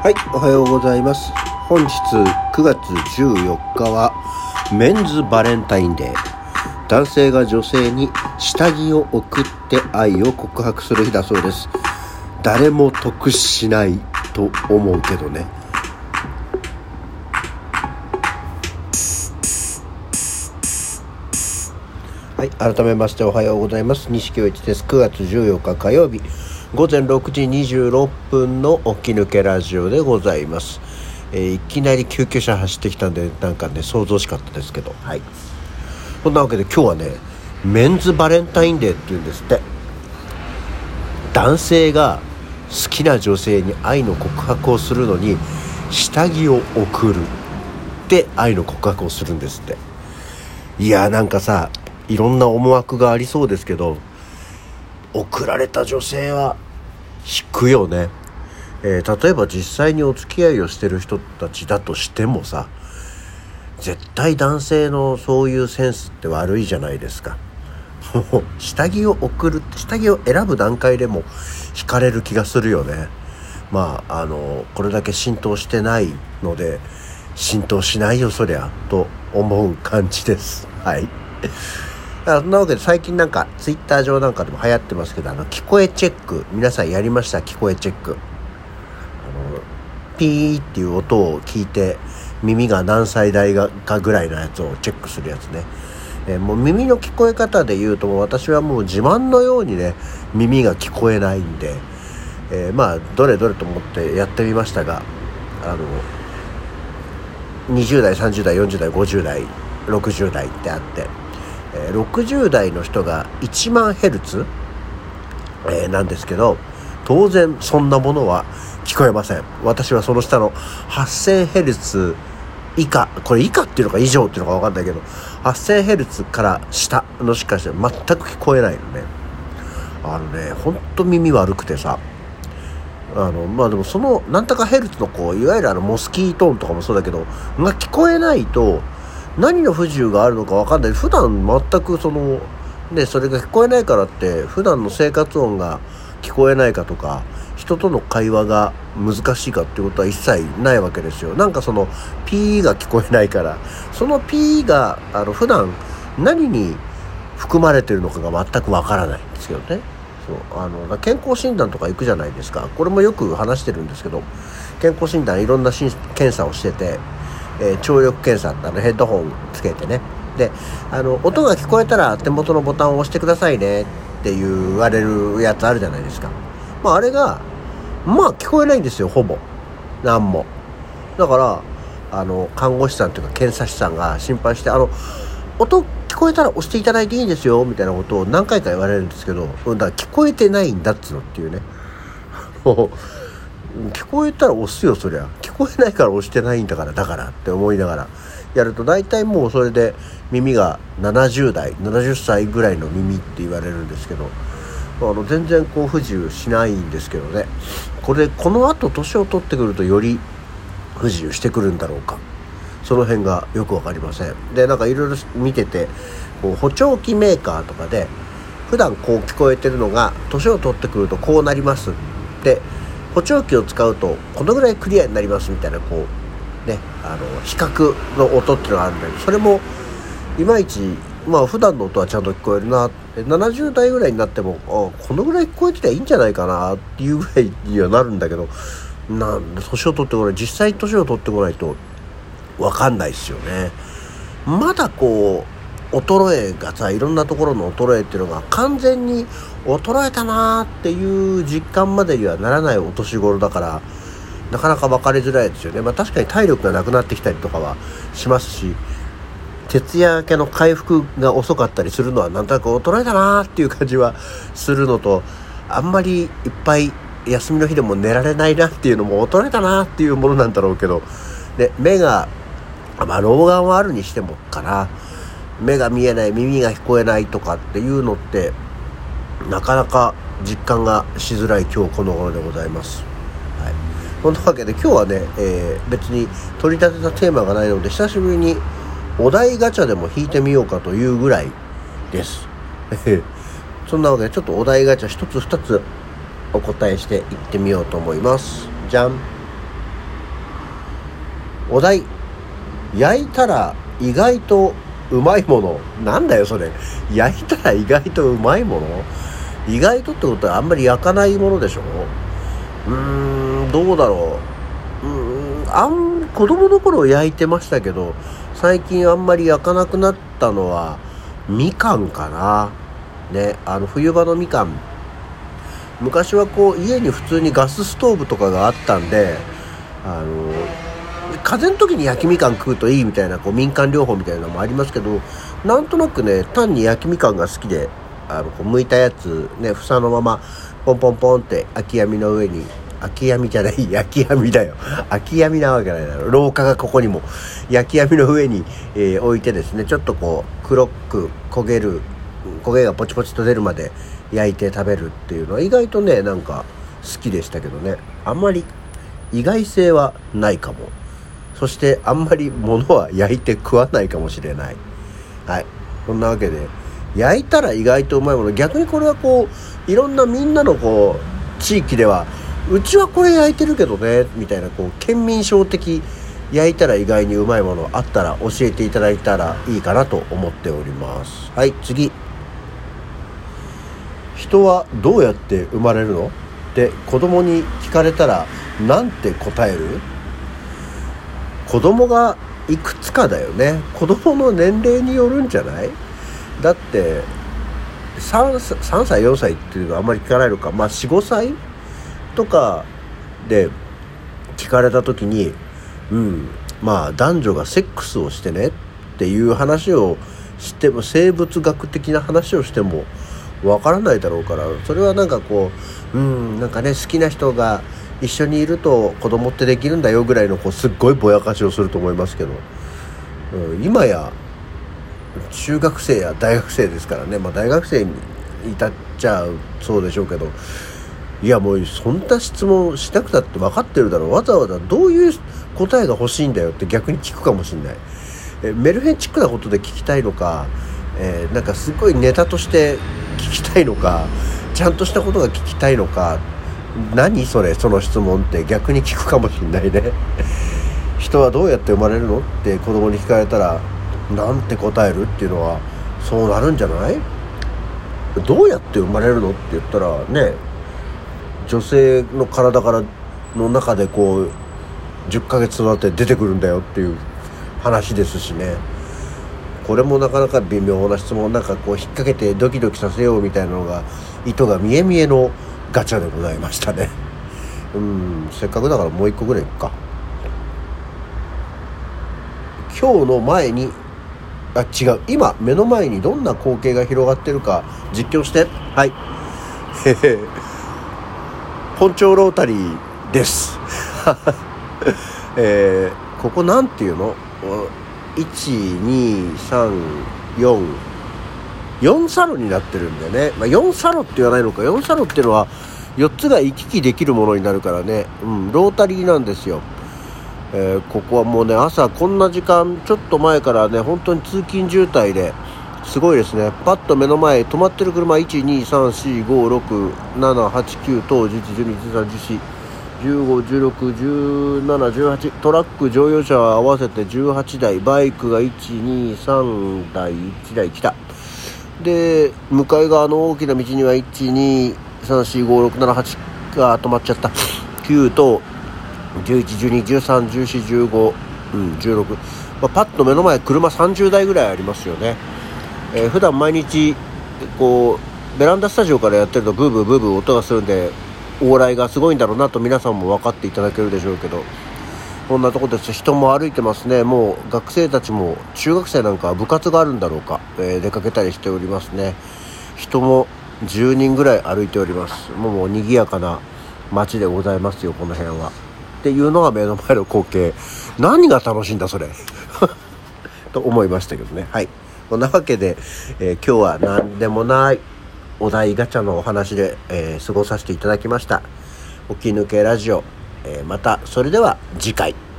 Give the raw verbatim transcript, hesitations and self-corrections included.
はい、おはようございます。本日くがつじゅうよっかはメンズバレンタインデー。男性が女性に下着を送って愛を告白する日だそうです。誰も得しないと思うけどね。はい、改めましておはようございます。西京一です。くがつじゅうよっか火曜日、ごぜんろくじにじゅうろっぷんの起き抜けラジオでございます。えー、いきなり救急車走ってきたんで、なんかね想像しかったですけど、はい。そんなわけで今日はね、メンズバレンタインデーっていうんですって。男性が好きな女性に愛の告白をするのに下着を送るって愛の告白をするんですって。いや、なんかさ、いろんな思惑がありそうですけど、送られた女性は引くよね。えー、例えば実際にお付き合いをしてる人たちだとしてもさ、絶対男性のそういうセンスって悪いじゃないですか。下着を送る、下着を選ぶ段階でも惹かれる気がするよね。まああのこれだけ浸透してないので、浸透しないよそりゃと思う感じです。はい。そんなわけで最近なんかツイッター上なんかでも流行ってますけど、あの聞こえチェック、皆さんやりました？聞こえチェック。あのピーっていう音を聞いて耳が何歳代かぐらいのやつをチェックするやつね。えー、もう耳の聞こえ方で言うと、もう私はもう自慢のようにね耳が聞こえないんで、えー、まあどれどれと思ってやってみましたが、あのにじゅう代、さんじゅう代、よんじゅう代、ごじゅう代、ろくじゅう代ってあって、ろくじゅう代の人がいちまんヘルツ、えー、なんですけど、当然そんなものは聞こえません。私はその下のはっせんヘルツ以下、これ以下っていうのか以上っていうのか分かんないけど、はっせんヘルツから下のしかして全く聞こえないのね。あのね、ほんと耳悪くてさ、あのまあでもそのなんとかヘルツのこういわゆるあのモスキートーンとかもそうだけどが聞こえないと何の不自由があるのか分かんない。普段全くそのね、それが聞こえないからって普段の生活音が聞こえないかとか、人との会話が難しいかっていうことは一切ないわけですよ。なんかそのピーが聞こえないから、そのピーがあの普段何に含まれてるのかが全く分からないんですけどね。そうあの健康診断とか行くじゃないですか。これもよく話してるんですけど、健康診断いろんな検査をしてて、えー、聴力検査ってあのヘッドホンつけてね、であの音が聞こえたら手元のボタンを押してくださいねって言われるやつあるじゃないですか。まああれがまあ聞こえないんですよ、ほぼなんも。だからあの看護師さんというか検査師さんが心配して、あの音聞こえたら押していただいていいんですよみたいなことを何回か言われるんですけど、だから聞こえてないんだっつうのっていうね。聞こえたら押すよ、そりゃ。聞こえないから押してないんだから、だからって思いながらやると、大体もうそれで耳がななじゅう代、ななじゅっさいぐらいの耳って言われるんですけど、あの全然こう不自由しないんですけどね。これこの後年を取ってくるとより不自由してくるんだろうか、その辺がよくわかりません。でなんかいろいろ見てて、こう補聴器メーカーとかで普段こう聞こえてるのが年を取ってくるとこうなりますで、補聴器を使うとこのぐらいクリアになりますみたいな、こうね、あの比較の音っていうのがあるんだけど、それもいまいち、まあ普段の音はちゃんと聞こえるな。ななじゅう代ぐらいになっても、あこのぐらい聞こえてりゃいいんじゃないかなっていうぐらいにはなるんだけど、なん年を取ってこない、実際年を取ってこないと分かんないですよね。まだこう衰えがさ、いろんなところの衰えっていうのが完全に衰えたなっていう実感までにはならないお年頃だから、なかなか分かりづらいですよね。まあ確かに体力がなくなってきたりとかはしますし、徹夜明けの回復が遅かったりするのはなんとなく衰えたなっていう感じはするのと、あんまりいっぱい休みの日でも寝られないなっていうのも衰えたなっていうものなんだろうけど、で目がまあ老眼はあるにしてもかな、目が見えない、耳が聞こえないとかっていうのってなかなか実感がしづらい今日この頃でございます。はい、そんなわけで今日はね、えー、別に取り立てたテーマがないので、久しぶりにお題ガチャでも引いてみようかというぐらいです。そんなわけでちょっとお題ガチャ一つ二つお答えしていってみようと思います。じゃん。 お題、焼いたら意外とうまいもの。なんだよそれ。焼いたら意外とうまいもの。意外とってことはあんまり焼かないものでしょ。うーんどうだろう。うーんあん子供の頃焼いてましたけど、最近あんまり焼かなくなったのはみかんかなね。あの冬場のみかん、昔はこう家に普通にガスストーブとかがあったんで、あの風邪の時に焼きみかん食うといいみたいなこう民間療法みたいなのもありますけど、なんとなくね単に焼きみかんが好きで、あのこう剥いたやつね房のままポンポンポンって空き網の上に、空き網じゃない焼き網だよ空き網なわけないだろ、廊下がここにも焼き網の上に、えー、置いてですね、ちょっとこう黒く焦げる焦げがポチポチと出るまで焼いて食べるっていうのは意外とねなんか好きでしたけどね。あんまり意外性はないかも。そしてあんまり物は焼いて食わないかもしれない。はい、そんなわけで焼いたら意外とうまいもの、逆にこれはこういろんなみんなのこう地域ではうちはこれ焼いてるけどねみたいなこう県民賞的焼いたら意外にうまいものあったら教えていただいたらいいかなと思っております。はい、次。人はどうやって生まれるのって子供に聞かれたらなんて答える？子供がいくつかだよね。子供の年齢によるんじゃない？だって 3, さんさいよんさいっていうのはあんまり聞かないのか。まあ よん,ご 歳とかで聞かれた時に、うんまあ男女がセックスをしてねっていう話をしても、生物学的な話をしてもわからないだろうから、それはなんかこううんなんかね好きな人が一緒にいると子供ってできるんだよぐらいのこうすっごいぼやかしをすると思いますけど、うん、今や中学生や大学生ですからね。まあ大学生に至っちゃうそうでしょうけど、いやもうそんな質問しなくたって分かってるだろう。わざわざどういう答えが欲しいんだよって逆に聞くかもしれない。えメルヘンチックなことで聞きたいのか、えー、なんかすごいネタとして聞きたいのか、ちゃんとしたことが聞きたいのか、何それその質問って逆に聞くかもしれないね。人はどうやって生まれるのって子供に聞かれたらなんて答えるっていうのはそうなるんじゃない？どうやって生まれるのって言ったらね、女性の体からの中でこうじゅっかげつ育って出てくるんだよっていう話ですしね。これもなかなか微妙な質問、なんかこう引っ掛けてドキドキさせようみたいなのが意図が見え見えのガチャでございましたね。うんせっかくだからもう一個ぐらいいくか。今日の前にあ違う今目の前にどんな光景が広がってるか実況して。はい本町ロータリーです、えー、ここなんていうの、いち、に、さん、よん よんサロになってるんだよね。まあ、よんサロって言わないのか。よんサロっていうのはよっつが行き来できるものになるからね、うん、ロータリーなんですよ。えー、ここはもうね朝こんな時間ちょっと前からね本当に通勤渋滞ですごいですね。パッと目の前止まってる車 いち、に、さん、よん、ご、ろく、なな、はち、きゅうとじゅういち、じゅうに、じゅうさん、じゅうよん、じゅうご、じゅうろく、じゅうなな、じゅうはちトラック乗用車合わせてじゅうはちだい、バイクがいち、に、さんだい、いちだい来た。で向かい側の大きな道にはいち、に、さん、よん、ご、ろく、なな、はちが止まっちゃった。きゅうとじゅういち、じゅうに、じゅうさん、じゅうよん、じゅうご、うん、じゅうろく、まあ、パッと目の前車さんじゅうだいぐらいありますよね。えー、普段毎日こうベランダスタジオからやってるとブーブーブーブー音がするんで往来がすごいんだろうなと皆さんも分かっていただけるでしょうけど、こんなとこです。人も歩いてますね。もう学生たちも中学生なんかは部活があるんだろうか、えー、出かけたりしておりますね。人もじゅうにんぐらい歩いております。もう、もう賑やかな街でございますよこの辺はっていうのが目の前の光景。何が楽しいんだそれと思いましたけどね。はい、そんなわけで、えー、今日は何でもないお題ガチャのお話で、えー、過ごさせていただきました。起き抜けラジオ、えー、またそれでは次回。